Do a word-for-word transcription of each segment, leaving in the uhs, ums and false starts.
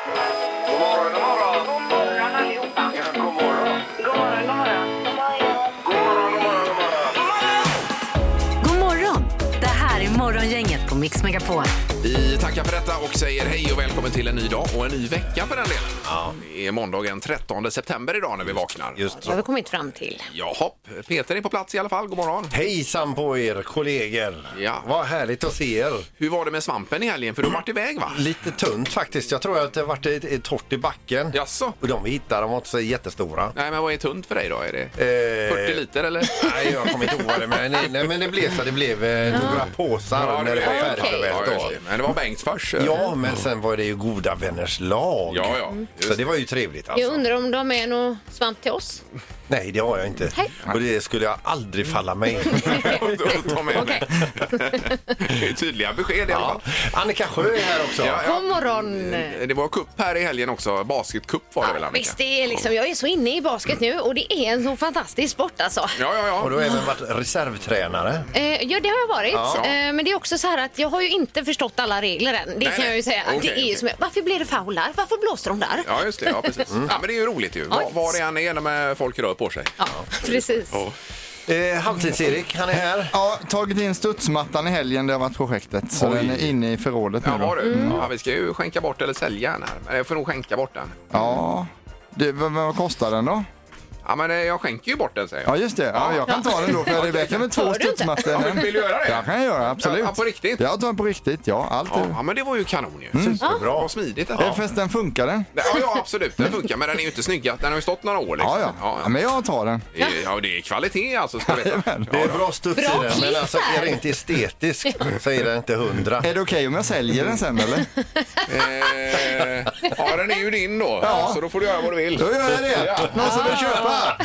God morgon, god morgon. God morgon allihopa. Ja, god morgon. God morgon, god morgon. God morgon, god morgon, god morgon. God morgon! Det här är Morgongänget på Mix Megapol. Vi tackar för detta och säger hej och välkommen till en ny dag och en ny vecka för den delen. Ja. Det är måndagen trettonde september idag när vi vaknar. Just Det har vi kommit fram till. Jaha, Peter är på plats i alla fall. God morgon. Hejsan på er kollegor. Ja. Vad härligt att se er. Hur var det med svampen i helgen? För du har varit iväg, va? Lite tunt faktiskt. Jag tror att det har varit ett, ett torrt i backen. Jaså? Och de vi hittade, de var inte så jättestora. Nej, men vad är tunt för dig då? Är det Eh, fyrtio liter eller? Nej, jag kommer inte ihåg vad det men, nej, nej, men det blev så. Det blev eh, några påsar Ja, när det var ja, färdigt. okej. Okay. Ja, just det. Men det var Bengtsfors. Ja, men sen var det ju goda vänners lag. Ja, ja. Just. Så det var ju trevligt alltså. Jag undrar om de är någon svamp till oss. Nej, det har jag inte. Hej. Och det skulle jag aldrig falla mig. Ta med Okej. det är tydliga besked i alla fall. Ja. Annika Sjö är här också. Ja, ja. God morgon! Det var cup här i helgen också. Basketcup var det väl, Annika? Visst, det är liksom, jag är så inne i basket nu och det är en så fantastisk sport alltså. Ja, ja, ja. Och du har även varit reservtränare. Eh, ja, det har jag varit. Ja. Eh, men det är också så här att jag har ju inte förstått alla regler än. Det Nej, kan nej. jag ju säga. Okej, det är ju okej. som, varför blir det faular? Varför blåser de där? Ja, just det. Ja, precis. Ja, men det är ju roligt ju. Var, var det än är när folk rör på sig. Ja, precis. Ja. Eh, Halvtids-Erik, han är här. Ja, tagit in studsmattan i helgen, det har varit projektet. Så Oj. den är inne i förrådet Ja, nu har då. du. Ja, vi ska ju skänka bort eller sälja den här. Men jag får nog skänka bort den. Ja, det, vad, vad kostar den då? Ja, men eh, jag skänker ju bort den, säger jag. Ja, just det. Ja, jag kan ta den då, för det är bättre med två Hör du inte? studsmattor. Ja, men vill du göra det? Jag kan göra, absolut. Ja, på riktigt? Jag tar den på riktigt, ja. Allt Ja, är... ja, men det var ju kanon ju. Mm. Superbra. Vad smidigt det Ja. var. Fast den funkar den. Ja, ja, absolut. Den funkar, men den är ju inte snygg. Den har ju stått några år liksom. Ja, ja. ja, men jag tar den. Det är, ja, det är kvalitet alltså, ska du veta. Jajamän. Det är bra studs i Bra den, men alltså klipp här. rent estetiskt så är det inte hundra. Är det okej om jag säljer den sen, eller? Eh, ja, den är ju din då. Ja. Så då får du göra vad du vill. Då gör jag det. Någon som vill köpa?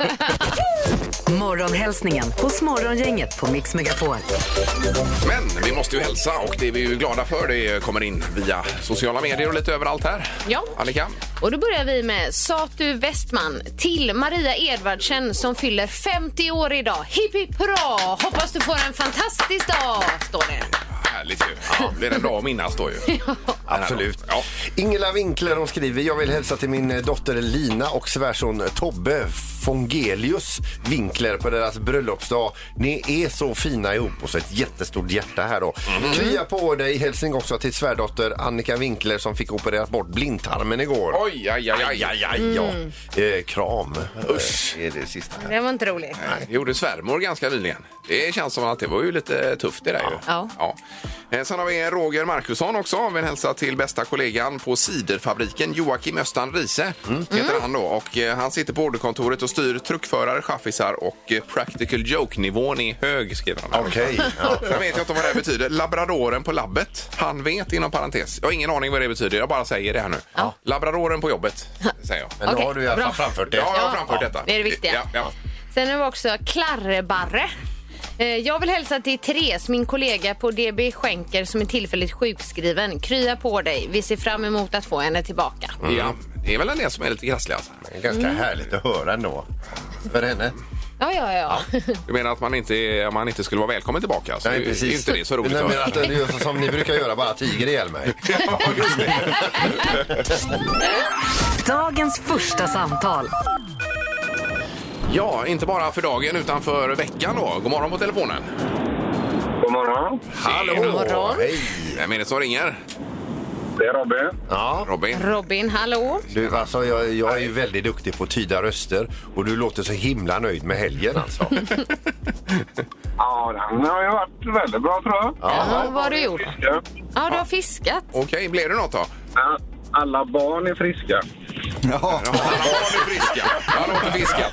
Morgonhälsningen hos Morgongänget på Mix Megapol. Men vi måste ju hälsa och det är vi ju glada för. Det kommer in via sociala medier och lite överallt här. Ja. Annika? Och då börjar vi med Satu Westman till Maria Edvardsen som fyller femtio år idag. Hipp hipp hurra! Hoppas du får en fantastisk dag, står det. Härligt ju. Ja, det är en dag att minnas då ju. Absolut. Ja. Ingela Winkler, hon skriver: jag vill hälsa till min dotter Lina och svärson Tobbe Fongelius Winkler på deras bröllopsdag. Ni är så fina ihop, och så ett jättestort hjärta här då. Mm. Krya på dig. Hälsning också till svärdotter Annika Winkler som fick opererat bort blindtarmen igår. Oj, aj, aj, aj. Aj, aj, ja. Eh, kram. Usch. Är det sista här. Det var inte roligt. Nej, det gjorde svärmor ganska nyligen. Det känns som att det var ju lite tufft det där ju. Ja. Ja. Eh, Sen har vi Roger Markusson också. Vi hälsar till bästa kollegan på ciderfabriken, Joakim Östan Riese heter han då. Och eh, han sitter på orderkontoret och styr truckförare, chaffisar och eh, practical joke-nivån är hög, skriver han. Okej. Ja. Sen vet jag inte vad det betyder. Labradoren på labbet. Han vet inom parentes. Jag har ingen aning vad det betyder. Jag bara säger det här nu. Ja. Labradoren på jobbet, säger jag. Men nu Okej, har du i alla fall bra. framfört det. Ja, jag har Ja, framfört ja, detta. det är det viktiga. Ja, ja. Sen har vi också Klarrebarre. Eh, Jag vill hälsa till Therese, min kollega på D B Skänker som är tillfälligt sjukskriven. Krya på dig. Vi ser fram emot att få henne tillbaka. Ja, det är väl en del som är lite krasslig alltså. Det är ganska härligt att höra ändå. För henne. Ja, ja, ja. Du menar att man inte, är- man inte skulle vara välkommen tillbaka? Alltså. Nej, Det är precis. inte det så roligt. Nej, att men höra. att det är så som ni brukar göra, bara tiger ihjäl mig. Ja, just det. Dagens första samtal. Ja, inte bara för dagen utan för veckan då. God morgon på telefonen. God morgon. Hallå! God morgon. Hej. Vem är det som ringer? Det är Robin. Ja. Robin? Robin, hallå? Du, alltså, jag, jag är ju väldigt duktig på att tyda röster och du låter så himla nöjd med helgen alltså. Ja, den har ju varit väldigt bra, tror jag. Ja, vad har du gjort? Ja. Ja, du har fiskat. Okej, blev det något då? Ja, alla barn är friska. Ja. Ja, alla barn är friska. Han har inte fiskat.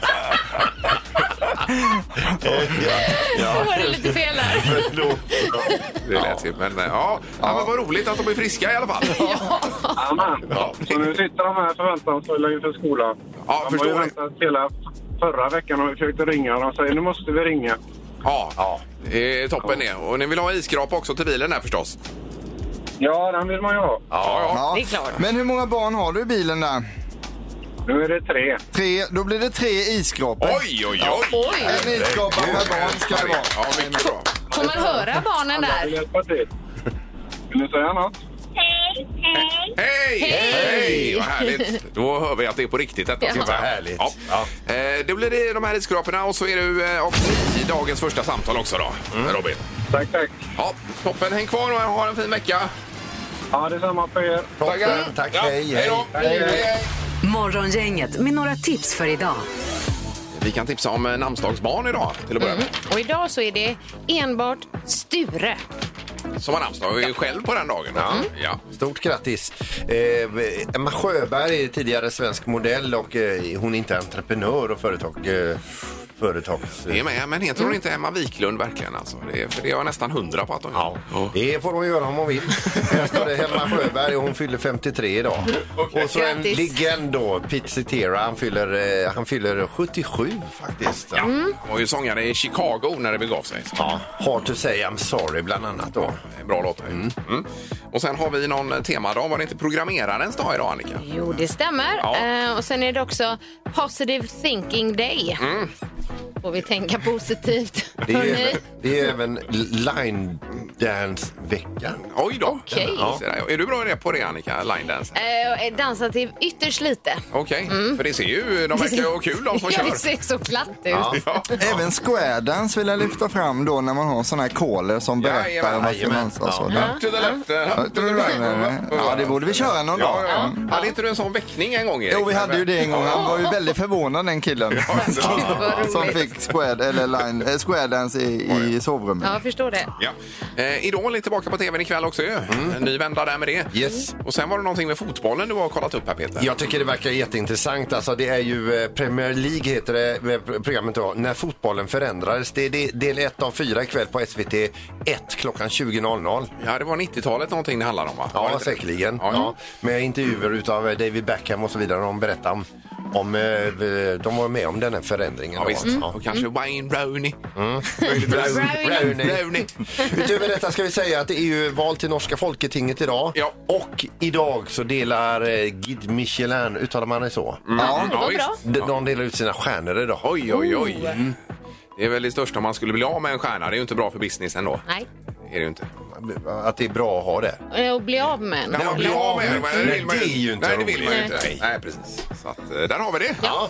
Då var det lite fel här. Det lät ju, men ja. Ja, men vad roligt att de är friska i alla fall. Amen. Ja. Så nu sitter de här förväntansfulla inför skolan. Ja, de förstår har ju det. väntat hela förra veckan och försökte ringa. Och de säger, nu måste vi ringa. Ja, ja. Det är toppen det. Och ni vill ha isskrap också till bilen där förstås. Ja, den vill man ju ha. Ja, ja. Ja. Det är klart. Men hur många barn har du i bilen där? Nu är det tre. Tre, då blir det tre isskrapor. Oj, oj, oj. Oj, En isskrapa per barn ska det vara. Ja, mycket bra. får man höra barnen Alla vill där? hjälpa till. Vill du säga något? Hej! Hej! härligt. Då hör vi att det är på riktigt detta. Ja. Ska jag säga. Vad härligt. Ja. Ja. Eh, då blir det de här risskraporna och så är du eh, och ni dagens första samtal också då, mm. Robin. Tack, tack. Ja, toppen. Häng kvar och ha en fin vecka. Ja, detsamma för er. Toppen. Tack, Ja, hej, hej då. hej. Hej, hej, hej. Morgongänget med några tips för idag. Vi kan tipsa om eh, namnsdagsbarn idag till att börja med. Och idag så är det enbart Sture. Som har namnsdag. Jag är själv på den dagen. Ja. Ja. Stort grattis. Eh, Emma Sjöberg är tidigare svensk modell och eh, hon är inte entreprenör och företag... Eh, företags... Det är med, men heter hon inte Emma Wiklund verkligen alltså? Det är, för det är jag nästan hundra på att hon Ja, det får hon göra om hon vill. Här står det Emma Sjöberg och hon fyller femtiotre idag. Okay. Och så en Grattis. legend då, Pete Cetera, han fyller, eh, han fyller sjuttiosju faktiskt. Ja. Hon var ju sångare i Chicago när det begav sig. Ja, Hard to say I'm sorry bland annat då. Det är bra låt. Mm. Mm. Och sen har vi någon temadag. Var det inte programmerarens dag idag, Annika? Jo, det stämmer. Ja. Eh, och sen är det också Positive Thinking Day. Mm. Får vi tänka positivt. Det är, Hörrni? även, det är även line dance-veckan. Oj då. Okej. Ja. Är du bra på det, Annika? Line dance? Eh, dansat till ytterst lite. Okej, för det ser ju, de verkar ju ha kul de som Ja, kör. det ser så platt ut. Ja. Ja. Även square dance vill jag lyfta fram då när man har såna här caller som berättar Jajamän, om vad jajamän. som och så. Up to the left, up to the right. Ja, det borde vi köra någon Ja, dag. ja, ja. Hade inte du en sån väckning en gång, Erik? Jo, vi hade ju det en gång. Han var ju väldigt förvånad, den killen. Vad Som roligt. fick square, eller line, äh, square dance i, i sovrummet. Ja, jag förstår det. Ja. Eh, Idol är tillbaka på tvn ikväll också ju. En ny vända där med det. Yes. Och sen var det någonting med fotbollen du har kollat upp här, Peter. Jag tycker det verkar jätteintressant. Alltså, det är ju eh, Premier League heter det eh, programmet då. När fotbollen förändrades. Det är de- del ett av fyra ikväll på S V T ett klockan tjugo noll noll. Ja, det var nittiotalet någonting det handlade om, va? Var det Ja, inte? säkerligen. Ja, Ja, ja. med intervjuer utav eh, David Beckham och så vidare. De berättar om, om eh, de var med om den här förändringen. Ja, då. visst. Ja. Och kanske Wayne Rooney. Brownie. Rooney. Utöver detta ska vi säga att det är ju val till norska folketinget idag. Ja. Och idag så delar eh, Guide Michelin, uttalar man det så? Ja. Det var visst. bra. De, de delar ut sina stjärnor idag. Oj, oj, oj. Mm. Det är väl det största om man skulle bli av med en stjärna. Det är ju inte bra för business ändå. Nej. Är det ju inte. Att det är bra att ha det. Eh, Och bli av med en. När man blir av med det, men Nej, vill man det är ju inte Nej, det vill man ju roligt. inte. Nej. Nej, precis. Så att, eh, där har vi det. Ja.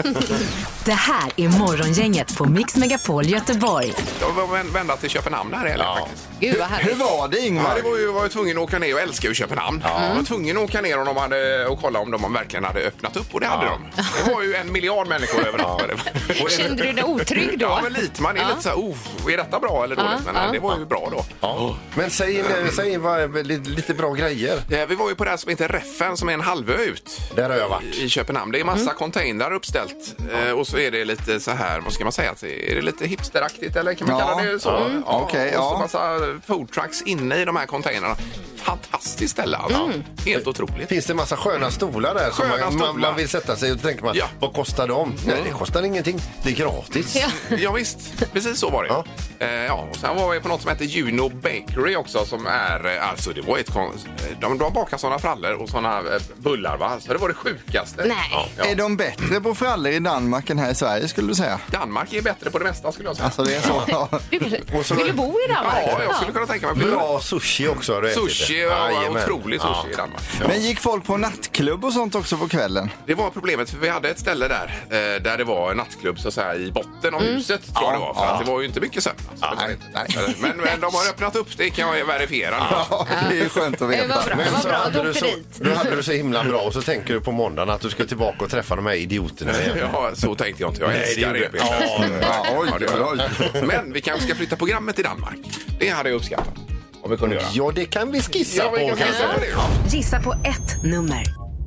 Det här är Morgongänget på Mix Megapol Göteborg. Jag var vän- vända till Köpenhamn här heller, Ja. faktiskt. Gud vad Hur härligt. var det, Ja, Ingmar? det var ju var ju tvungen att åka ner och älskar ju Köpenhamn. Jag var tvungen att åka ner och, de hade, och kolla om de verkligen hade öppnat upp, och det hade de. Det var ju en miljard människor överallt. Och- Kände du dig otrygg då? Ja, men lite. Man är lite så här, oh, är detta bra eller dåligt? Men Ja, nej, ja. det var ju bra då. Ja. Men säg, säg vad, lite, lite bra grejer. Eh, Vi var ju på det här som heter Reffen, som är en halvö ut Där har jag varit. i Köpenhamn. Det är massa containrar uppställt, eh, och så är det lite så här, vad ska man säga, är det lite hipsteraktigt eller kan man Ja. kalla det så? Mm. Okej, och så ja. massa food trucks inne i de här containrarna. Fantastiskt ställe alltså. Helt otroligt. Finns det en massa sköna stolar där som Sköna man, man, stolar. man vill sätta sig och då tänker man, Ja. vad kostar de? Nej, det kostar ingenting. Det är gratis. Ja. Ja visst, precis så var det. Ja. Ja. Eh, ja, och sen var vi på något som heter Juno Bakery också, som är, eh, alltså det var ett kon- de, de bakar sådana frallor och sådana eh, bullar, va? Så det var det sjukaste. Nej. Ja, ja. Är de bättre på frallor i Danmark än här i Sverige, skulle du säga? Danmark är bättre på det mesta, skulle jag säga. Alltså det är så. Du, vill Och så- du bo i Danmark? Ja, jag skulle kunna tänka mig att flytta. Bra sushi också har du ätit. Sushi, ja, Jajamän. otrolig sushi i Danmark. Men gick folk på nattklubb och sånt också på kvällen? Det var problemet, för vi hade ett ställe där eh, där det var en nattklubb så att säga, i botten av huset, tror jag det var. För att det var ju inte mycket sömn. Alltså, det var nej, inte. Men, men de har öppnat upp, det kan jag verifiera nu. Ja, det är skönt att Det veta. var bra, det Men var så bra. hade Då du åker så, dit. då hade du så himla bra och så tänker du på måndagen att du ska tillbaka och träffa de här idioterna igen. Ja, så tänkte jag inte. Jag Nej, det älskar gjorde det. jag. Peter. Ja, Ja, oj, Ja, det oj, var- oj. Men vi kanske ska flytta programmet till Danmark. Det hade jag uppskattat. Om vi kunde göra. Ja, det kan vi skissa Ja, vi på kan kanske. säga det. Gissa på ett nummer.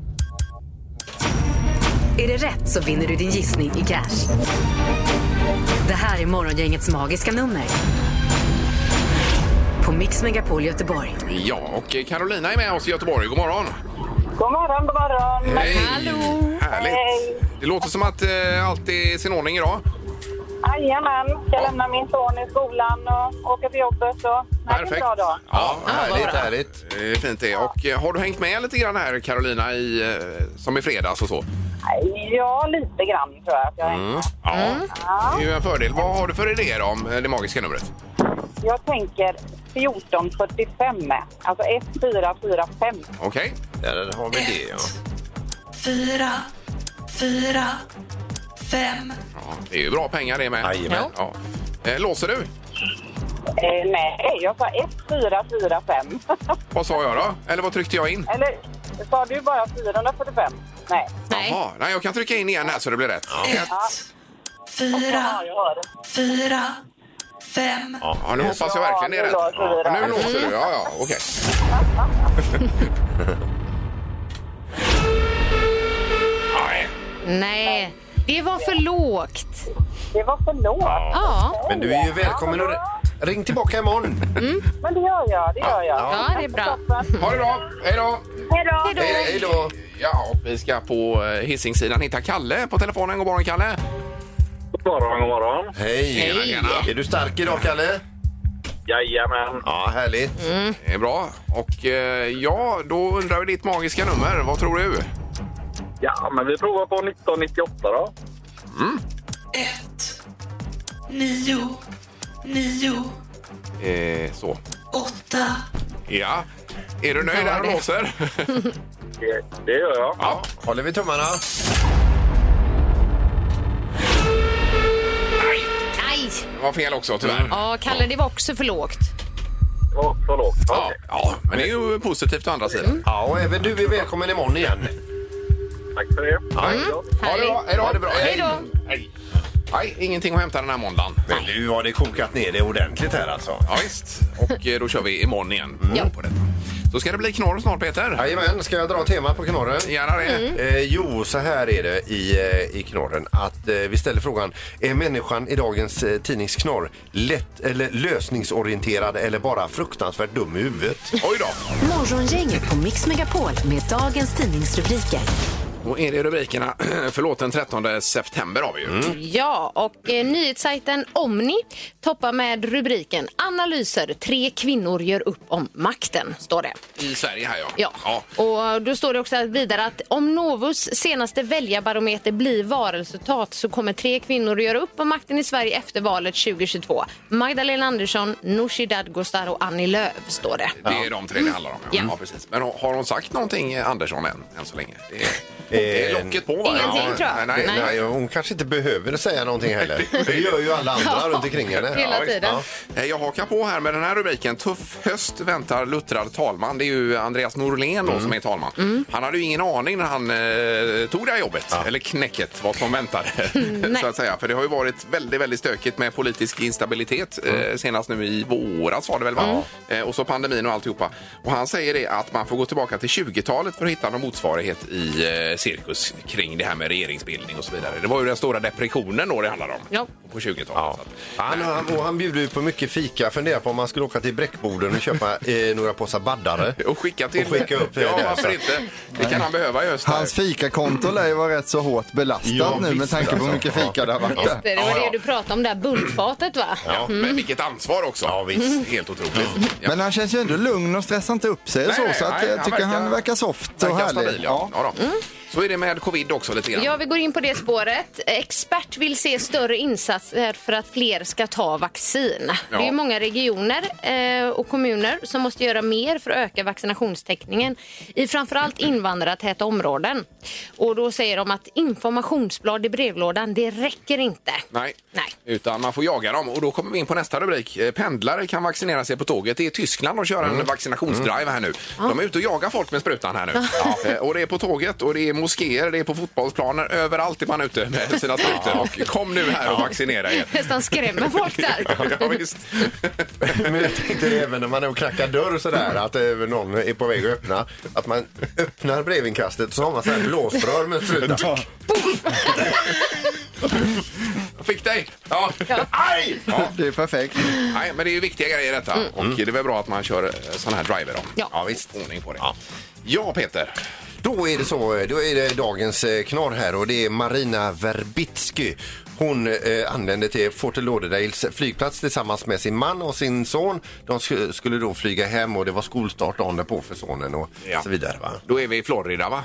Är det rätt så vinner du din gissning i cash. Det här är Morgongängets magiska nummer. På Mix Megapol Göteborg. Ja, och Carolina är med oss i Göteborg. God morgon. God morgon, god morgon. Hej. Hallå. Härligt. Hej. Det låter som att eh, allt är i sin ordning idag. Jajamän, ska lämna min son i skolan och åka till jobbet. Så det är en bra dag. Ja, Härligt, härligt. det är fint det. Och eh, har du hängt med lite grann här, Carolina, i, eh, som i fredags och så? Ja, lite grann tror jag att jag är. Mm. Ja, det är ju en fördel. Vad har du för idéer om eh, det magiska numret? Jag tänker fjorton fyrtiofem, alltså ett fyra fyra fem. Okej. Där har vi det, ja. fyra, fyra, fem. Ja, det är ju bra pengar det med. Jajamän. Ja. Eh, låser du? Eh, nej, jag sa ett, fyra, fyra, fem. Vad sa jag då? Eller vad tryckte jag in? Eller sa du bara fyrahundrafyrtiofem? Nej. Nej. Jaha, nej, jag kan trycka in igen här så det blir rätt. Ett, fyra, Ja, jag hör det. fyra, fem. Ja, nu hoppas jag verkligen det är nu rätt. låser vi Ja, det. nu låser du, ja, ja, okej. Nej. Nej, det var för lågt. Det var för lågt. Ja, Men du är ju välkommen och ring tillbaka imorgon. Men det gör jag, det gör jag. ja det är bra. Ha det bra, hej då! Hej då! Hej då. Hej, hej då. Ja, och vi ska på eh, Hisingssidan hitta Kalle på telefonen. God morgon, Kalle. God morgon, god morgon. Hej. Tjena, tjena. Är du stark idag, Kalle? Jajamän. Ja, härligt. Det är bra. Och eh, ja, då undrar vi ditt magiska nummer. Vad tror du? Ja, men vi provar på nitton nittioåtta då. Ett, nio, nio, Eh, så. åtta. Ja. Är du nöjd där och låser? Det, det gör jag. Ja. Håller vi tummarna? Nej. Det var fel också, tyvärr. Ja, Kalle, det var också för lågt. Det var så lågt. Ja, Okej. ja, men det är ju positivt å andra sidan. Ja, och även du är välkommen imorgon igen. Tack för det. Ja. Ha det bra. Hej då. Ha det bra. Hej då. Hej. Nej, ingenting att hämta den här måndagen. Men nu har det kokat ner det ordentligt här alltså. Ja, visst. Och eh, då kör vi imorgon igen Ja. på detta. Då ska det bli knorr snart, Peter. Jajamän, ska jag dra tema på knorren? Gärna det. Eh, jo, så här är det i, eh, i knorren att eh, vi ställer frågan: är människan i dagens eh, tidningsknorr lätt eller lösningsorienterad eller bara fruktansvärt dum i huvudet? Oj då. Morgongänget på Mix Megapol med dagens tidningsrubriker. Då är det rubrikerna. Förlåt, den trettonde september har vi ju. Ja, och eh, nyhetssajten Omni toppar med rubriken Analyser, tre kvinnor gör upp om makten, står det. I Sverige här, ja. Ja, och då står det också vidare att om Novus senaste väljarbarometer blir valresultat så kommer tre kvinnor att göra upp om makten i Sverige efter valet tjugohundratjugotvå. Magdalena Andersson, Nooshi Dadgostar och Annie Lööf, står det. Det är de tre det handlar om. Ja. Ja. Ja, precis. Men har hon sagt någonting, Andersson, än, än så länge? Det är, det är locket på, va? Ingenting, tror jag. Nej, nej, Nej, hon kanske inte behöver säga någonting heller. Det gör ju alla andra Ja, runt omkring henne. hela visst. tiden. Eh, Jag hakar på här med den här rubriken. Tuff höst väntar luttrad talman. Det är ju Andreas Norlén då som är talman. Han hade ju ingen aning när han eh, tog det här jobbet. Eller knäcket, vad som väntade. så att säga. För det har ju varit väldigt, väldigt stökigt med politisk instabilitet. Eh, senast nu i våras var det väl, va? Eh, och så pandemin och alltihopa. Och han säger det att man får gå tillbaka till tjugotalet för att hitta någon motsvarighet i eh, cirkus kring det här med regeringsbildning och så vidare. Det var ju den stora depressionen då det handlade om. Ja. På tjugotalet. Ja. Så att- Han, han, och han bjuder ju på mycket fika. Funderar på om man skulle åka till Bräckboden och köpa eh, några påsar baddare. Och skicka till... Och skicka upp det Ja, där, varför så. inte? Det kan han behöva i höst. här. Hans fikakonto lär ju vara rätt så hårt belastat Ja, nu med visst, tanke på hur alltså. mycket fika det har varit Just där. det, det var Ja, ja. det du pratade om, där bultfatet, va? Ja, men vilket ansvar också. Ja, visst. Helt otroligt. Ja. Men han känns ju ändå lugn och stressar inte upp sig Nej, så, nej, så att nej, jag han tycker verkar- han verkar soft och Verkar härlig. stabil, ja. Ja. då. Så är det med covid också lite grann. Ja, vi går in på det spåret. Expert vill se större insatser för att fler ska ta vaccin. Det är ju många regioner eh, och kommuner som måste göra mer för att öka vaccinationstäckningen i framförallt invandrartäta områden. Och då säger de att informationsblad i brevlådan, det räcker inte. Nej. Nej. Utan man får jaga dem. Och då kommer vi in på nästa rubrik. Eh, Pendlare kan vaccinera sig på tåget. Det är Tyskland och kör en vaccinationsdrive här nu. De är ute och jagar folk med sprutan här nu. Eh, Och det är på tåget och det är moskéer, det är på fotbollsplaner. Överallt är man ute med sina sprutor. Och kom nu här och vaccinera er. Nästan skrämmer folk där. Ja, visst. Men jag tänkte det även när man är och knackar dörr sådär, att eh, någon är på väg att öppna, att man öppnar brevinkastet och så har man så här blåsrör med sprutan. Jag fick dig. Ja. Aj! Ja. Det är perfekt. Nej, men det är ju viktiga grejer detta. Och det är väl bra att man kör sådana här driver då. Ja. Ja, visst. Ordning på det. Ja, ja Peter. Då är det så, då är det dagens eh, knorr här och det är Marina Verbitsky. Hon eh, anlände till Fort Lauderdales flygplats tillsammans med sin man och sin son. De sk- skulle då flyga hem och det var skolstart dagen därpå för sonen och Ja. så vidare, va? Då är vi i Florida, va?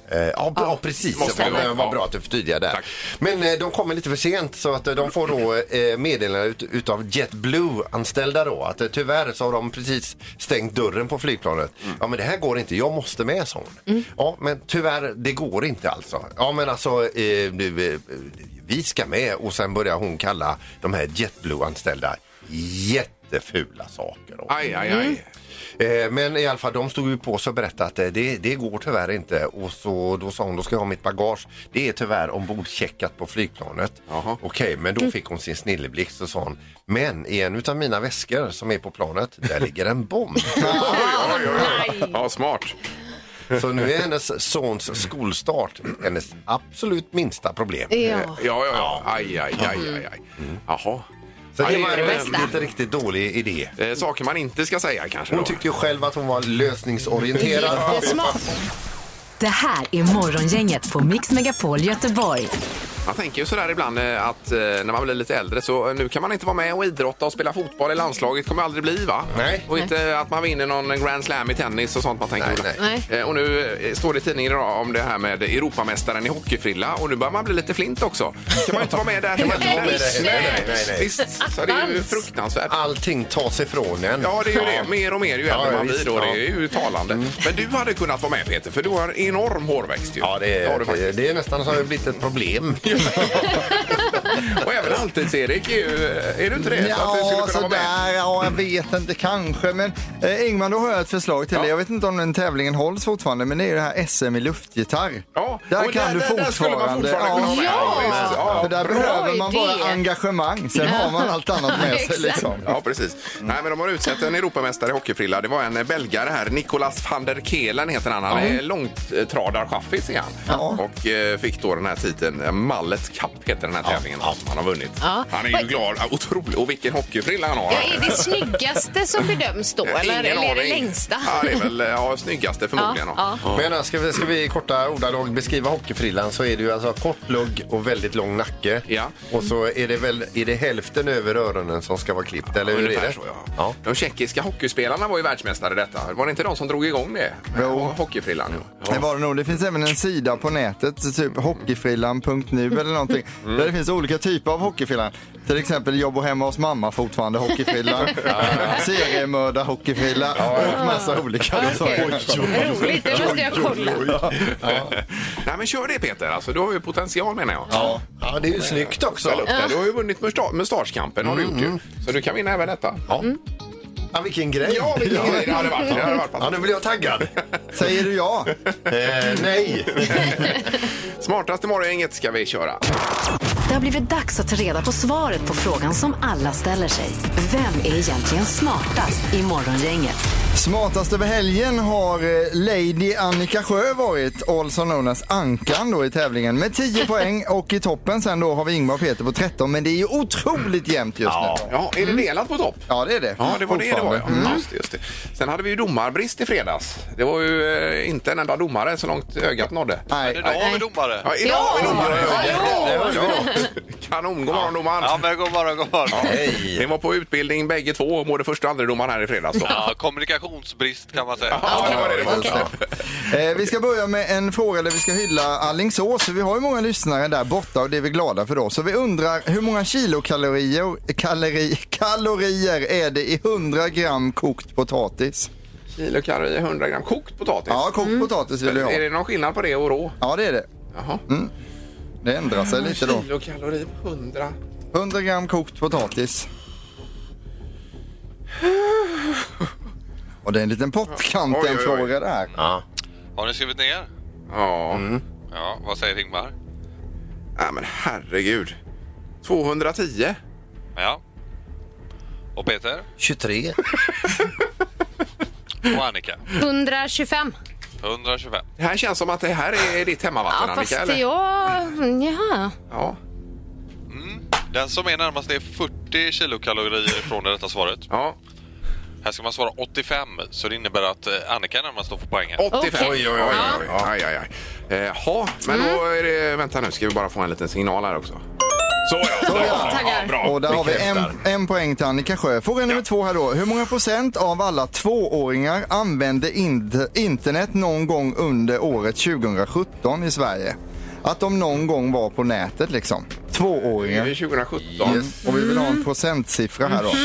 Eh, ja, bra, precis. Måste Det det var, vara. var bra att du förtydligade där. Tack. Men eh, de kommer lite för sent så att eh, de får då eh, meddelande ut, utav JetBlue-anställda då att eh, tyvärr så har de precis stängt dörren på flygplanet. Mm. Ja, men det här går inte. Jag måste med, sån. Mm. Ja, men tyvärr, det går inte alltså. Ja, men alltså, eh, nu, eh, vi ska med. Och sen börjar hon kalla de här JetBlue-anställda jättefula saker. Aj, aj, aj. Eh, men i alla fall, de stod ju på sig och berättade att eh, det, det går tyvärr inte. Och så, då sa hon, då ska jag ha mitt bagage. Det är tyvärr ombordcheckat på flygplanet. Okej, okay, men då fick hon sin snilleblixt och sa hon, men i en utav mina väskor som är på planet, där ligger en bomb. oj, oj, oj. Ja, smart. Så nu är hennes sons skolstart hennes absolut minsta problem. Ja, ja, ja. ja. Aj, aj, aj, aj, aj. Jaha. Så det var aj, en inte riktigt dålig idé. Eh, saker man inte ska säga kanske. Hon då. tyckte ju själv att hon var lösningsorienterad. smart. Det här är Morgongänget på Mix Megapol Göteborg. Man tänker ju sådär ibland eh, att eh, när man blir lite äldre så nu kan man inte vara med och idrotta och spela fotboll i landslaget. Kommer aldrig bli, va? Nej. Och inte att man vinner någon Grand Slam i tennis och sånt man tänker. Nej, nej. Eh, och nu eh, står det i tidningen idag om det här med Europamästaren i hockeyfrilla och nu börjar man bli lite flint också. Kan man inte vara med där? Kan man inte vara med där? Nej, Nej, nej, nej. Visst, så det är ju fruktansvärt. Allting tas ifrån en. Ja, det är ju det. Mer och mer ju äldre Ja, man blir visst, då. ja. Det är ju talande. Men du hade kunnat vara med, Peter, för du har en enorm hårväxt ju. Ja, det har är, du det, faktiskt. det är nästan så har det blivit ett problem. Och även Halvtids-Erik är ju, är du inte det? Så att du skulle Ja, kunna vara med. sådär, ja, jag vet inte, kanske. Men eh, Ingmar, då har jag ett förslag till Ja. dig. Jag vet inte om den tävlingen hålls fortfarande, men det är ju det här S M i luftgitarr. Ja, Där och kan där- du där- fortfarande... där skulle man fortfarande kunna ja, vara med. Ja, visst. Ja, för där bra. behöver man idé. bara engagemang. Sen har man allt annat med sig. Exakt. Liksom. Ja, precis. Nej, men de har utsett en Europamästare i hockeyfrilla. Det var en belgare här, Nicolas van der Kelen heter han. Han är långtradarchaffis igen. Ja. Och eh, fick då den här titeln, Mallet Cup heter den här tävlingen som han har vunnit. Ja. Han är ju glad, otroligt. Och vilken hockeyfrilla han har. Ja, är det snyggaste som bedöms då? Eller, Ingen eller är det aning. längsta? Ja, det är väl ja, snyggaste förmodligen. Ja, då. Men äh, ska vi, ska vi i korta ordalag beskriva hockeyfrillan så är det ju alltså kort lugg och väldigt lång nacke. Ja. Och så är det väl är det hälften över öronen som ska vara klippt, eller hur är Ungefär det? så, ja. Ja. De tjeckiska hockeyspelarna var ju världsmästare i detta. Var det inte de som drog igång det? Jo. Hockeyfrillan. Ja. Det var det nog. Det finns även en sida på nätet, typ hockeyfrillan punkt nu eller någonting, Mm. där det finns olika typer av hockeyfrillan. Till exempel Jobb och hemma hos mamma fortfarande hockeyfrillan, seriemördar hockeyfrilla och massa olika. Okej. Roligt, det måste jag kolla. Nej, men kör det, Peter. Alltså, du har ju potential, menar jag. Ja. Ja, det är ju snyggt också. Ställ upp där. Du har ju vunnit musta- mustaschkampen, har du gjort ju. Så du kan vinna även detta. Ja. Ja, vilken grej. Ja, vilken grej det hade varit. Det hade varit Ja, nu blir jag taggad. Säger du ja? eh, nej. Smartaste morgongänget ska vi köra. Det har blivit dags att ta reda på svaret på frågan som alla ställer sig. Vem är egentligen smartast i Morgongänget? Smartast över helgen har eh, Lady Annika Sjö varit, also known as Ankan då i tävlingen med tio poäng, och i toppen sen då har vi Ingmar och Peter på tretton, men det är ju otroligt jämnt just nu. Ja, är det delat på topp? Ja, det är det. Ja, det var det det var. Ja. Fortfarande. Just det, just det. Sen hade vi ju domarbrist i fredags. Det var ju eh, inte en enda domare så långt ögat nådde. Nej. Idag har vi domare. Ja, idag har vi domare. Ja, Ja, ja, ja. Kanon, god morgon domaren. Ja, men god morgon, god morgon. Hej. Ni var på utbildning bägge två, både första och andra domaren här i fredags då. Ja, kommunikationsbrist kan man säga. Ja, det var det det var. Okej. Eh, vi ska börja med en fråga där vi ska hylla Alingsås. Vi har ju många lyssnare där borta och det är vi glada för då. Så vi undrar, hur många kilokalorier kalori, kalorier är det i hundra gram kokt potatis? Kilokalorier, hundra gram kokt potatis. Ja, kokt potatis vill vi ha. Är det någon skillnad på det och rå? Ja, det är det. Jaha. Det ändrar sig lite då. Kilokalorier, hundra. hundra gram kokt potatis. Och det är en liten Oj, oj, pottkanten-fråga oj. det här. Ja. Har ni skrivit ner? Ja. Ja, vad säger Ingmar? Nej, men herregud. tvåhundratio. Ja. Och Peter? tjugotre. Och Annika? hundratjugofem. hundratjugofem. Det här känns som att det här är ditt hemmavatten, Ja, Annika, fast eller? jag... Ja. Ja. Den som är närmast är fyrtio kilokalorier från det rätta svaret. Ja. Här ska man svara åttiofem, så det innebär att eh, Annika är närmast att få poäng här. åttiofem. Okej. Oj, oj, oj. oj. Aj, aj, aj. Eh, ha, men då är det... Vänta nu, ska vi bara få en liten signal här också. Så ja. Så, ja. ja bra. Och där har vi en, en poäng till Annika Sjö. Fråga nummer två här då. Hur många procent av alla tvååringar använde in- internet någon gång under året tjugosjutton i Sverige? Att de någon gång var på nätet liksom. Tvååringar. Det är tjugosjutton. Yes. Och vi vill ha en procentsiffra här då.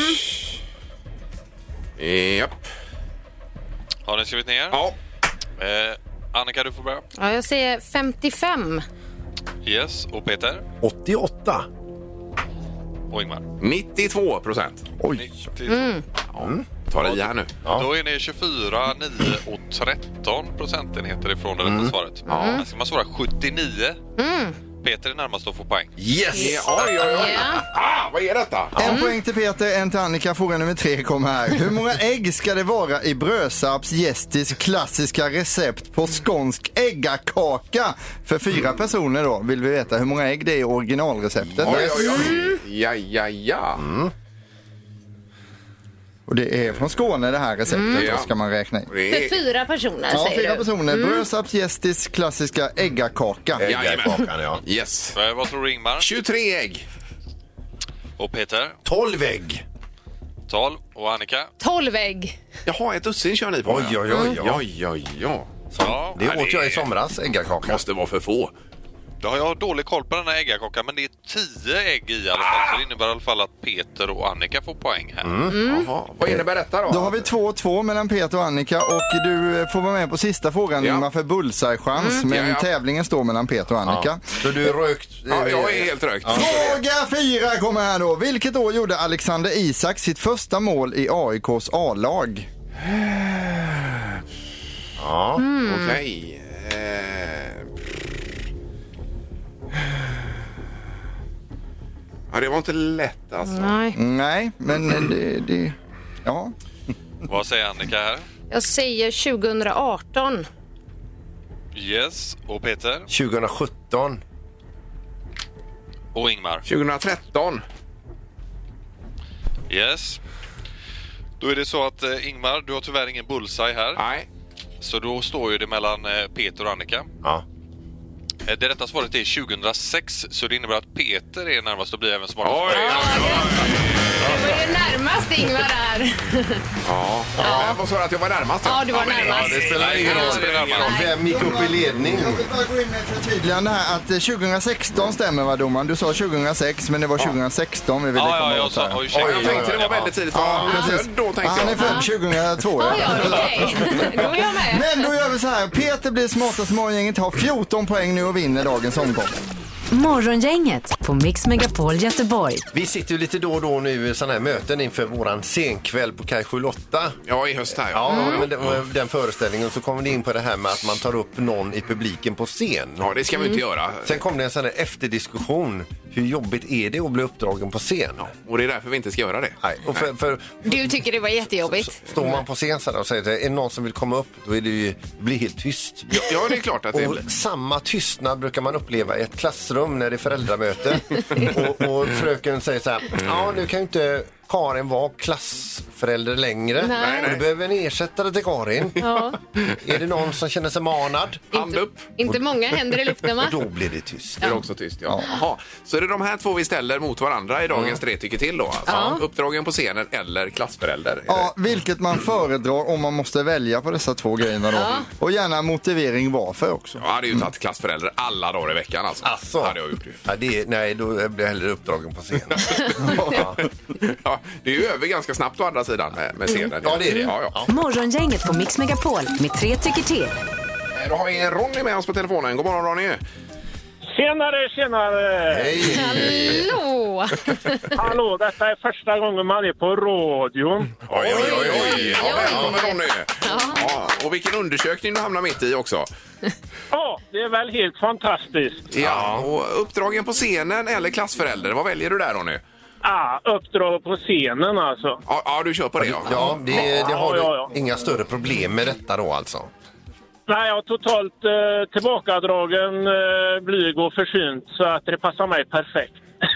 Japp. Har ni skrivit ner? Ja. Eh, Annika, du får börja. Ja, jag säger femtiofem. Yes. Och Peter? åttioåtta. Och Ingmar? nittiotvå procent. Oj. nittio. Mm. Ja. Ta det i här nu. Ja. Då är ni tjugofyra, nio och tretton procentenheter ifrån det rätta Mm. svaret. Ja. Här ska man svara sjuttionio. Mm. Peter är närmast att få poäng. Yes! Ja, oj, oj, oj. Ja. Ah, vad är detta? En poäng till Peter, en till Annika. Fråga nummer tre kommer här. Hur många ägg ska det vara i Brösarps gästis klassiska recept på skånsk äggakaka? För fyra personer då vill vi veta hur många ägg det är i originalreceptet. Oj, oj, oj. Ja, ja, ja. Och det är från Skåne det här receptet, Mm. då ska man räkna in. Det För är... fyra personer Ja, säger fyra du. personer. Brösarps gästis klassiska äggakaka. Äggakakan, ja. Yes. Eh, vad tror du Ingmar? tjugotre ägg. Och Peter? tolv ägg. tolv. Och Annika? tolv ägg. Jaha, ett dussin kör ni på. Oj, oj, oj, oj. Oj, oj, oj. Ja, Det Ja, åt det- jag i somras, äggakaka. Måste vara för få. då har jag dålig koll på den här äggakakan, men det är tio ägg i alla fall. Så det innebär i alla fall att Peter och Annika får poäng här. Jaha. Vad innebär detta då? Då har vi två två mellan Peter och Annika och du eh, får vara med på sista frågan Ja. Ingmar för bullseye-chans. Men Ja, ja. tävlingen står mellan Peter och Annika. Så du är rökt... Ja, jag är helt rökt. Fråga fyra kommer här då. Vilket år gjorde Alexander Isak sitt första mål i A I K:s A-lag? Ja. Okej. Eh... Ja, det var inte lätt alltså. Nej. Nej, men det... det ja. Vad säger Annika här? Jag säger tjugoarton. Yes. Och Peter? tjugosjutton. Och Ingmar? tjugotretton. Yes. Då är det så att eh, Ingmar, du har tyvärr ingen bullseye här. Nej. Så då står ju det mellan eh, Peter och Annika. Ja. Eh, det rätta svaret är tjugohundrasex, så det innebär att Peter är närmast att bli även smartast. Oj, oj, oj. Det var ju närmast Ingvar där. Ja. Ja. Vad sa du att jag var närmast? Ja, du var men det- närmast. Det spelar ingen roll. Ja, det är närmast. Vem gick upp i ledning? Jag vill bara gå in med ett förtydligande här att eh, tjugohundrasexton stämmer va domaren? Du sa tjugohundrasex men det var tjugohundrasexton vi ville Ja, komma ja, jag åt här. sa... Oj, Ja, ursäkta. jag tänkte det var väldigt tidigt. Var Ja, han precis. född då tänkte Han är jag. född tjugohundratvå. Ja, Ja. ja, okej. Då är jag med. Men då gör vi så här. Peter blir smartast morgongänget, har fjorton poäng nu och vinner dagens omgång. Morgongänget på Mix Megapol Göteborg. Vi sitter ju lite då och då nu i sådana här möten inför våran senkväll på Kaj sjuttioåtta. Ja, i höst här. Ja, Ja. men den, den föreställningen så kommer vi in på det här med att man tar upp någon i publiken på scen. Ja, det ska vi inte göra. Sen kom det en sån här efterdiskussion. Hur jobbigt är det att bli uppdragen på scen? Och det är därför vi inte ska göra det. Nej, och för, för Du tycker det var jättejobbigt. står man på scen så här och säger att är det någon som vill komma upp, då är det ju, det blir helt tyst. Ja, ja, det är klart att det blir. Och samma tystnad brukar man uppleva i ett klassrum när det är föräldramöte. och, och fröken säger så här, ja nu kan ju inte Karin var klassförälder längre. Nej. Och du behöver en ersättare till Karin. Ja. Är det någon som känner sig manad? Hand Inte, upp. inte många händer i luften va? Då blir det tyst. Det är också tyst, ja. Jaha. Så är det de här två vi ställer mot varandra i dagens tre tycker till då? Alltså. Uppdragen på scenen eller klassförälder? Ja, vilket man föredrar om man måste välja på dessa två grejerna då. Och gärna motivering varför också. Jag hade ju tagit klassförälder alla dagar i veckan alltså. Asså? Hade jag gjort ju. Ja, det är, nej, då blir jag hellre uppdragen på scen. ja. Ja, det är ju över ganska snabbt å andra sidan med, med scenen. Ja, det är det. Ja, ja. Morgongänget på Mix Megapol med tre tycker till. Eh, Då har vi Ronny med oss på telefonen. God morgon Ronny. Tjenare, tjenare! Hej! Hallå! Hallå, detta är första gången man är på radion. Oj, oj, oj, oj. Ja, Oj. välkommen Ronny. Ja, och vilken undersökning du hamnar mitt i också. Ja, det är väl helt fantastiskt. Ja, och uppdragen på scenen eller klassförälder, vad väljer du där Ronny? Ah, uppdrag på scenen alltså. Ja, ja du kör på det ja. Ja, det, det har Ja, ja, du inga större problem med detta då alltså. Nej, jag har totalt eh, tillbakadragen, eh, blyg och försynt så att det passar mig perfekt.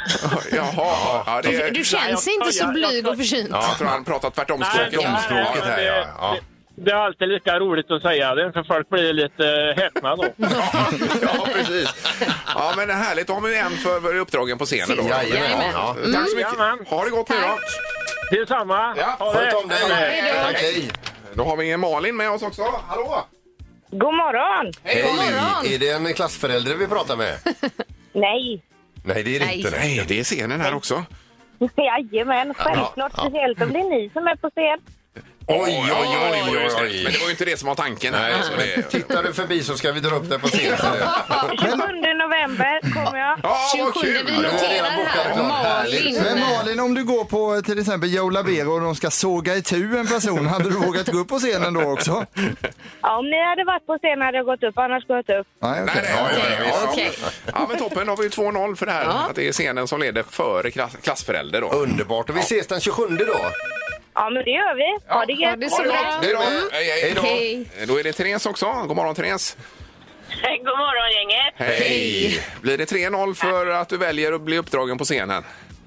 Jaha, ja, det, Du känns jag- inte så jag- blyg jag- och försynt. Ja, jag tror han pratar tvärtom språket. nej, Omspråket nej, här, det- ja. ja. Det, det är alltid lika roligt att säga det, för folk blir lite häpna då. Ja, precis. Ja, men det är härligt. Då har vi en för uppdragen på scenen då. Jajamän. Ja. Tack så mycket. Jajamän. Ha det gott nu då. Detsamma. Ja, Ha Sköt det. om dig. Hej då. Tack, hej. Då har vi Malin med oss också. Hallå! God morgon. Hej! Hej. Är det en klassförälder vi pratar med? Nej. Nej, det är det Nej. inte. Nej, det är scenen här också. Jajamän, självklart. Ja, ja. Speciellt om det är ni som är på scen. Oj, oj, oj, oj, oj, oj. Men det var ju inte det som var tanken här. Nej, Så det... Tittar du förbi så ska vi dra upp det på scenen. tjugosjunde november kommer jag. Ja, vad tjugosjunde, kul! vi Ja, det är noterar redan bokat här. klart. Härligt. Malin. Men Malin, om du går på till exempel Joe Labero och de ska såga itu en person, hade du vågat gå upp på scenen då också? Ja, om ni hade varit på scen hade jag gått upp, annars går jag inte upp. Nej, okej. Nej, nej, ja, ja, ja, ja. Okej. Ja, men toppen. Då har vi ju två noll för det här. Ja. Att det är scenen som leder före klass klassförälder då. Underbart. Och vi ses den tjugosjunde då. Ja, men det gör vi. Ha det Ja, gött. det är så bra. Hej då. Hej, hej. Hej då. Hej. Då är det Therese också. God morgon, Therese. God morgon, gänget. Hej. Blir det tre noll för att du väljer att bli uppdragen på scenen?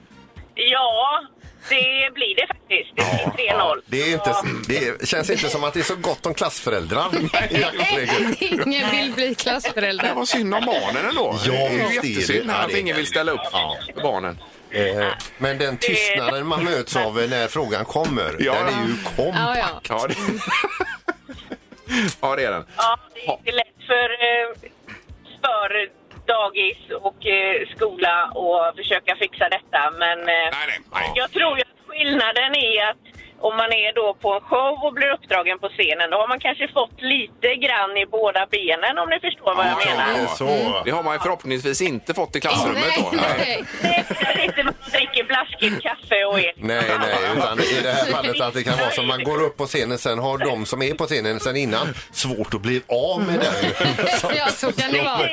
Ja, det blir det faktiskt. Det blir tre noll. Det, är inte, det känns inte som att det är så gott om klassföräldrar i dagsläget. Ingen vill bli Det klassförälder. var synd om barnen ändå. Ja, det är ju visst är det. jättesynd Ja, att det är ingen vill ställa upp för barnen. Eh, Men den tystnaden man möts av när frågan kommer, Ja. den är ju kompakt. Ja, ja. Ja, det... ja, det är den. Ja, det är inte lätt för, eh, för dagis och eh, skola och försöka fixa detta. Men eh, Nej, nej, nej. jag tror att skillnaden är att om man är då på en show och blir uppdragen på scenen, då har man kanske fått lite grann i båda benen, om ni förstår vad jag Ja, menar. Det är så. Det har man ju förhoppningsvis inte fått i klassrummet då. Nej, nej. Det är inte man dricker blaskigt kaffe och äter. Nej, nej, utan i det här fallet att det kan vara som man går upp på scenen, sen har de som är på scenen sen innan svårt att bli av med den. Ja, så kan det vara.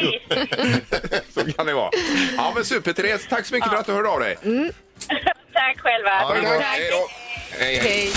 Så kan det vara. Ja, men super, Therese. Tack så mycket för att du hörde av dig. Tack själva. Ja, det är bra. Hej då. Hej, hej. Hej.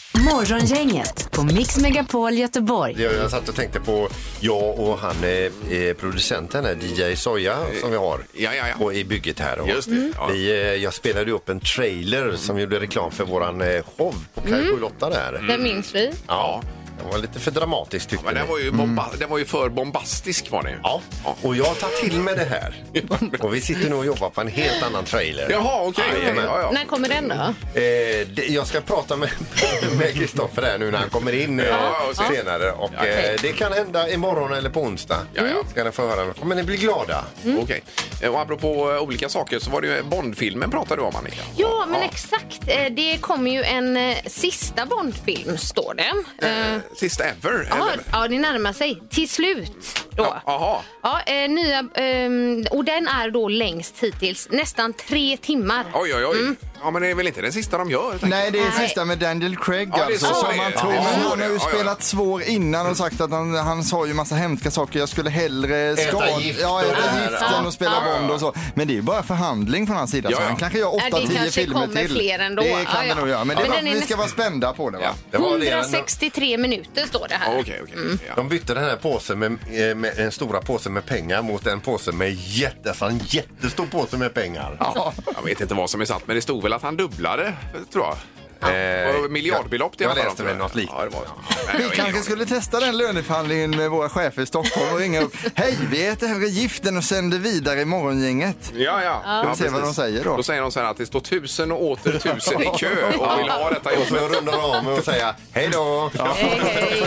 Morgongänget på Mix Megapol Göteborg. Jag satt och tänkte på jag och han eh, producenten här, D J Soja som vi har Ja, ja, ja. och i bygget här. Och Just det. Ja. vi, eh, jag spelade ju upp en trailer som gjorde reklam för våran eh, show på Kaj sju åtta där. Det minns vi. Ja, det var lite för dramatiskt tyckte Men vi. den var, ju bomba- den var ju för bombastisk var det ju. Ja, och jag tar till med det här. Och vi sitter nu och jobbar på en helt annan trailer. Jaha, okej. Jajamän. Ja, ja. När kommer den då? Eh, det, jag ska prata med med Kristoffer här nu när han kommer in eh, Ja, och så- senare. Och Ja. eh, det kan hända imorgon eller på onsdag. Ja, ja. Ska ni få höra. Kommer ni bli glada? Okej. Och apropå eh, olika saker så var det ju Bondfilmen pratade du om, Annika. Ja, men exakt. Eh, Det kommer ju en eh, sista Bondfilm, står det. Eh, Eh, Sista ever, Ja, eller? ja, det närmar sig. Till slut då. Ja, aha. Ja, eh, nya, ehm, och den är då längst hittills. Nästan tre timmar. Oj, oj, oj. Ja, men det är väl inte den sista de gör? tänker Nej, det är Nej. sista med Daniel Craig Ja, det är alltså, så som det är. man tror. Ja, Men så han det har är. ju Ja, ja. spelat svår innan och sagt att han, han sa ju massa hemska saker. Jag skulle hellre skada, gift ja, och äta det här. gift Ja. än att spela Ja, ja, ja. Bond och så. Men det är ju bara förhandling från hans sida. Ja, Så ja. han kanske gör Ja, åtta, det tio kanske filmer kommer till. fler ändå. Det Ja, kan ja. det nog göra. Men det är Men bara den för är att vi ska nästan- vara spända på det, va? Ja. Det var det. hundrasextiotre minuter står det här. Okej, okej. Ja. De bytte den här påsen med, eh, med en stora påse med pengar mot en påse med jätte, alltså en jättestor påse med pengar. Ja. Jag vet inte vad som är satt, men det stod väl att han dubblade, tror jag. Eh, Och miljardbelopp det jag handlar om, läste tror väl något liknande. Ja, det var. Men Vi jag har ingen kanske aning. skulle testa den löneförhandlingen med våra chefer i Stockholm och ringa upp. Hej, vi äter hellre giften och sänder vidare i morgongänget. Ja, ja. ja. Vi får se vad de precis. säger då. Då säger de så här att det står tusen och åter tusen i kö och vill ha detta Och så jobbet. rundar de av med och säga hej då. Hej, hej.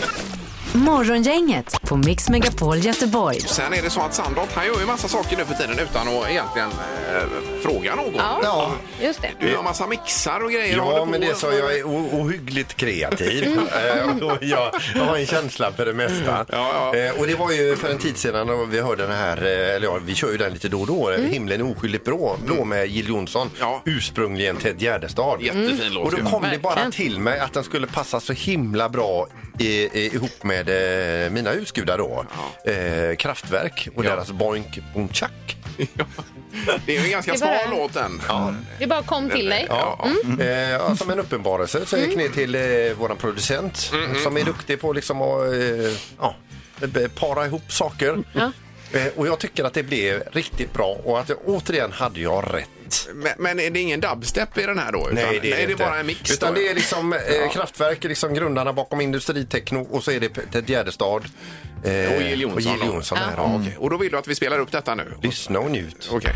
Morgongänget på Mix Megapol Göteborg. Sen är det så att Sandholt, han gör ju massa saker nu för tiden utan att egentligen eh, fråga någon. Ja, Ja. just det. Du gör massa mixar och grejer. och håller Ja, på men det och- så jag är o- ohyggligt kreativ. Eh, och jag, jag har en känsla för det mesta. Ja, ja. Eh, och det var ju för en tid sedan när vi hörde den här, eh, eller ja, vi kör ju den lite då och då, Himlen är oskyldigt blå, blå med Jill Johnson, Ja. ursprungligen Ted Gärdestad. Jättefin låt. Och då ju. kom det bara Verkligen. till mig att den skulle passa så himla bra i, i, ihop med eh, mina husgudar då. Eh, Kraftwerk och Ja. deras Boink Boom Chuck. Ja. Det är ju en ganska Det är bara- smal låt den. Det bara kom till dig. Ja, eh, ja, som en uppenbarelse så jag gick ner till eh, våran producent som är duktig på liksom att eh, ja, para ihop saker. Ja. Eh, och jag tycker att det blev riktigt bra och att jag, återigen hade jag rätt. Men, men är det ingen dubstep i den här då? Utan, nej, det är, nej, det inte. är bara en mix. Utan då? det är liksom eh, Ja. Kraftwerk, liksom grundarna bakom Industritekno och så är det Ted Gärdestad eh, Och Jill Johnson. och Jill då. Johnson ja. här. Ja, okej. Och då vill du att vi spelar upp detta nu? Lyssna och njut. Okej.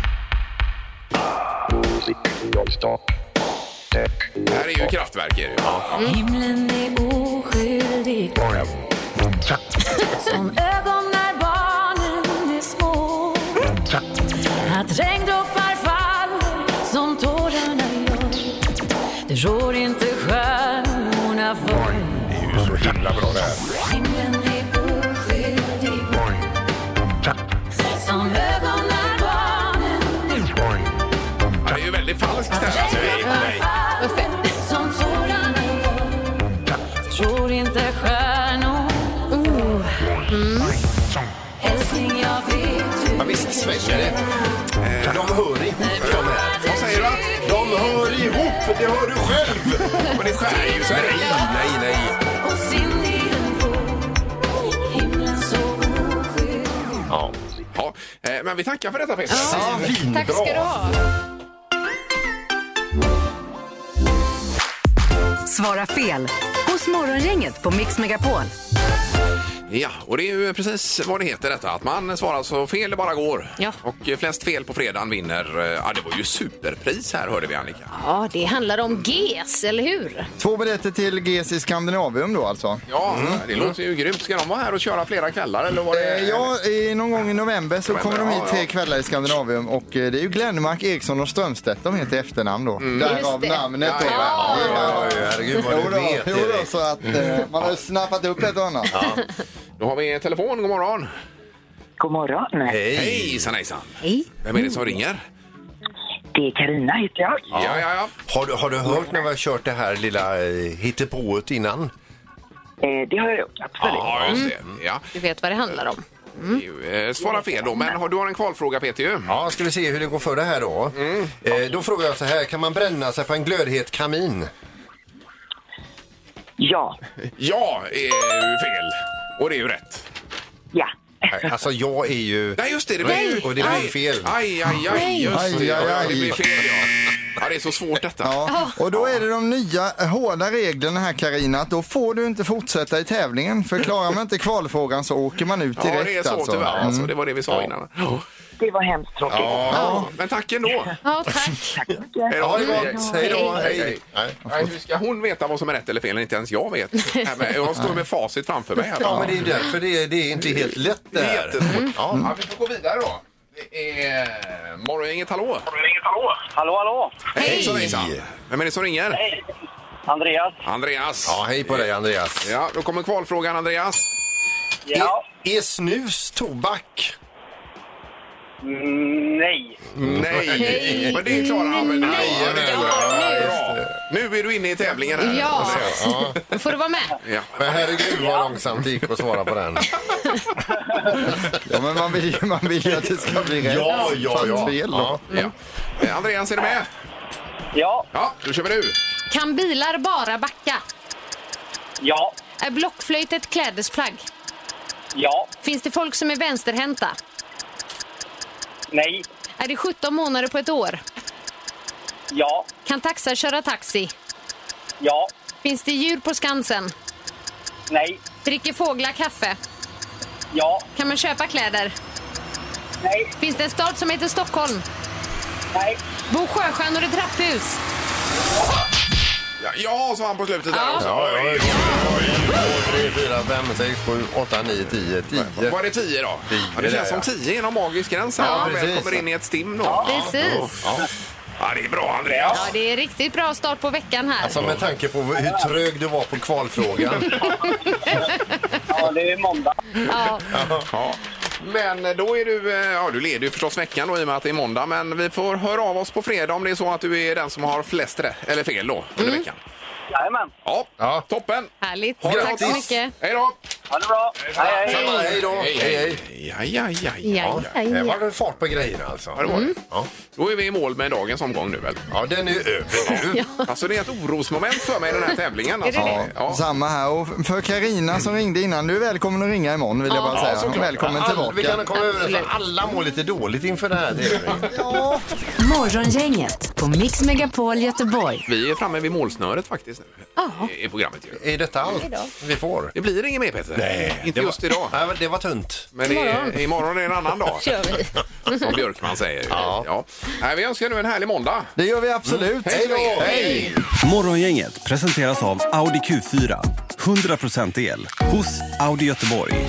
Det här är ju Kraftwerk. Är det ju. Ja. Himlen är oskyldig som ögon när barnen är små. Att regndroppar faller som tårarna gör. Det rår inte stjärnorna för. Det är ju så himla bra det här. Himlen är oskyldig som ögon när barnen Ja, det är ju väldigt falskt det här. Alltså, nej, nej. som tårarna gör. Det rår inte stjärnor. Mm. Älskling, jag vet hur Ja, visst svänger det. Eh, de hör ihop de här. Vad säger du? De hör ihop, det hör du själv. Men det skär ju sig. Nej, nej, nej. och sin egen på himlen så oskyldig. Ja. Ja, eh, men vi tackar för detta, Peter. Ja, Svinbra. tack ska du ha. Svara fel hos Morgongänget på Mix Megapol. Ja, och det är ju precis vad det heter detta. Att man svarar så fel det bara går. Ja. Och flest fel på fredagen vinner. Ja, det var ju superpris här, hörde vi, Annika. Ja, det handlar om G E S, eller hur? Två biljetter till G E S i Skandinavium då alltså. Ja, det låter ju grymt. Ska de vara här och köra flera kvällar? Eller var det... Eh, Ja, i, någon gång i november så November, kommer de hit ja, tre ja. kvällar i Skandinavium och eh, det är ju Glenmark, Eriksson och Strömstedt de heter i efternamn då. Därav Just det. namnet Ja, då. ja, Ja, ja, herregud vad Jo du då, vet. jo då, Erik. så att eh, man har snappat upp ett och annat. Då har vi telefon. God morgon. God morgon. Hej. Hejsan, hejsan. Hej. Vem är det som ringer? Det är Carina heter jag. Ja, ja, ja. Har du, har du hört när vi har kört det här lilla eh, hittepået innan? Eh, det har jag gjort, absolut. Ja, just det. Ja. Du vet vad det handlar om. Eh, Svara fel då, men har, du har en kvalfråga, Peter ju. Ja, ska vi se hur det går för det här då. Eh, då frågar jag så här, kan man bränna sig på en glödhet kamin? Ja. Ja, är ju fel. Och det är ju rätt. Ja. Nej, alltså jag är ju... Nej, just det. Det blir ju... Och det blir fel. Aj, aj, aj. Just Aj, det. aj, Ja, aj. det blir fel, ja. Ja, det är så svårt detta. Ja, och då är det de nya hårda reglerna här, Carina, att då får du inte fortsätta i tävlingen. För klarar man inte kvalfrågan så åker man ut direkt. Ja, det är så alltså. tyvärr. Alltså, det var det vi sa innan. Ja. Det var hemskt tråkigt. Ja, men tack ändå. Ja, tack. Tack så mycket. Hej då. Ha det gott. Hej då. Hej. Hej. Nej. Nej, hur ska hon veta vad som är rätt eller fel när inte ens jag vet? Nej, men jag står med facit framför mig här. Ja, men det är därför det är, det är inte helt lätt det Det är här. jättesvårt. Ja. Ja, vi får gå vidare då. Det är Morgongänget, hallå. Hallå, hallå! Hej så hejsan. Vem är det som ringer? Hej! Andreas. Andreas. Ja, hej på dig Andreas. Ja, då kommer kvalfrågan, Andreas. Ja. Är, är snus tobak? Mm, nej. Nej, men det klarar han väl. Nej, ja, det är bra. Nu är du inne i tävlingen här. Ja. Ja. Då får du vara med. Ja. Men herregud vad långsamt det gick att svara på den. Ja, men man vill ju man vill ju att det ska bli rätt. Ja, ja, Fast ja. fel då. Ja. Eh, Andreas, är du med? Ja. Ja, då kör vi nu. Kan bilar bara backa? Ja. Är blockflöjt ett klädesplagg? Ja. Finns det folk som är vänsterhänta? Nej. Är det sjutton månader på ett år? Ja. Kan taxar köra taxi? Ja. Finns det djur på Skansen? Nej. Dricker fåglar kaffe? Ja. Kan man köpa kläder? Nej. Finns det en stad som heter Stockholm? Nej. Bor sjöstjärnor i trapphus? Ja, ja, så han på slutet där Ja. också. Ja, ja, Oj, ja. tre, fyra, fem, sex, sju, åtta, nio, tio, tio. Var det tio då? Tio, Ja, det där, känns som ja. tio är någon magisk gräns här. Ja, Man väl precis. kommer in i ett stim då. Precis. Ja. Ja, det är bra, Andreas. Ja, det är riktigt bra start på veckan här. Alltså med tanke på hur trög du var på kvalfrågan. Ja, det är måndag. Ja. Ja. Men då är du, eh, ja du leder ju förstås veckan då i och med att det är måndag, men vi får höra av oss på fredag om det är så att du är den som har flest rätt, eller fel då under veckan. Jajamän. Ja, Ja. toppen. Härligt. Ha det Tack så gott. mycket. Hej då. Ha det bra. Hej, hej. Samma, hej då. Hej, Hej, hej. hej. Ja, ja, ja, ja. Ja, ja, Här var ja. det fart på grejerna alltså. Ja, det var det. Ja. Då är vi i mål med dagens omgång nu väl? Ja, den är över nu. Alltså det är ett orosmoment för mig i den här tävlingen. Alltså. det? Ja. Samma här. Och för Carina som ringde innan, du är välkommen att ringa imorgon vill jag bara säga. såklart. Välkommen Alla, vi tillbaka. kan komma över för alla mår lite dåligt inför det här tävlingen. Morgongänget på Mix Megapol Göteborg. Vi är framme vid målsnöret faktiskt nu i, i programmet. Ju. Är detta allt vi får? Det blir inget mer Peter. Nej, inte det just var, idag. Nej, men det var tunt. Men det är, imorgon är en annan dag. Kör vi. Som Björkman säger. Ja. Ja. Nej, vi önskar nu en härlig måndag. Det gör vi absolut. Hej då! Hej! Morgongänget presenteras av Audi Q fyra. hundra procent el hos Audi Göteborg.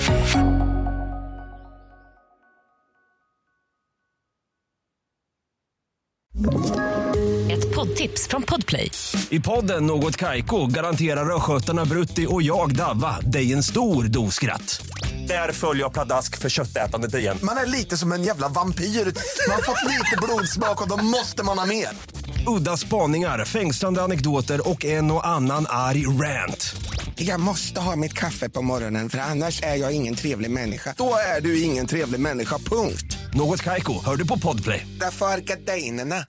Ett poddtips från Podplay. I podden Något Kaiko garanterar östgötarna Brutti och jag Davva dig en stor dos skratt. Där följer jag pladask för köttätandet igen. Man är lite som en jävla vampyr. Man har fått lite blodsmak och då måste man ha mer. Udda spaningar, fängslande anekdoter och en och annan arg rant. Jag måste ha mitt kaffe på morgonen för annars är jag ingen trevlig människa. Då är du ingen trevlig människa, punkt. Något Kaiko, hör du på Podplay. Därför är gardinerna.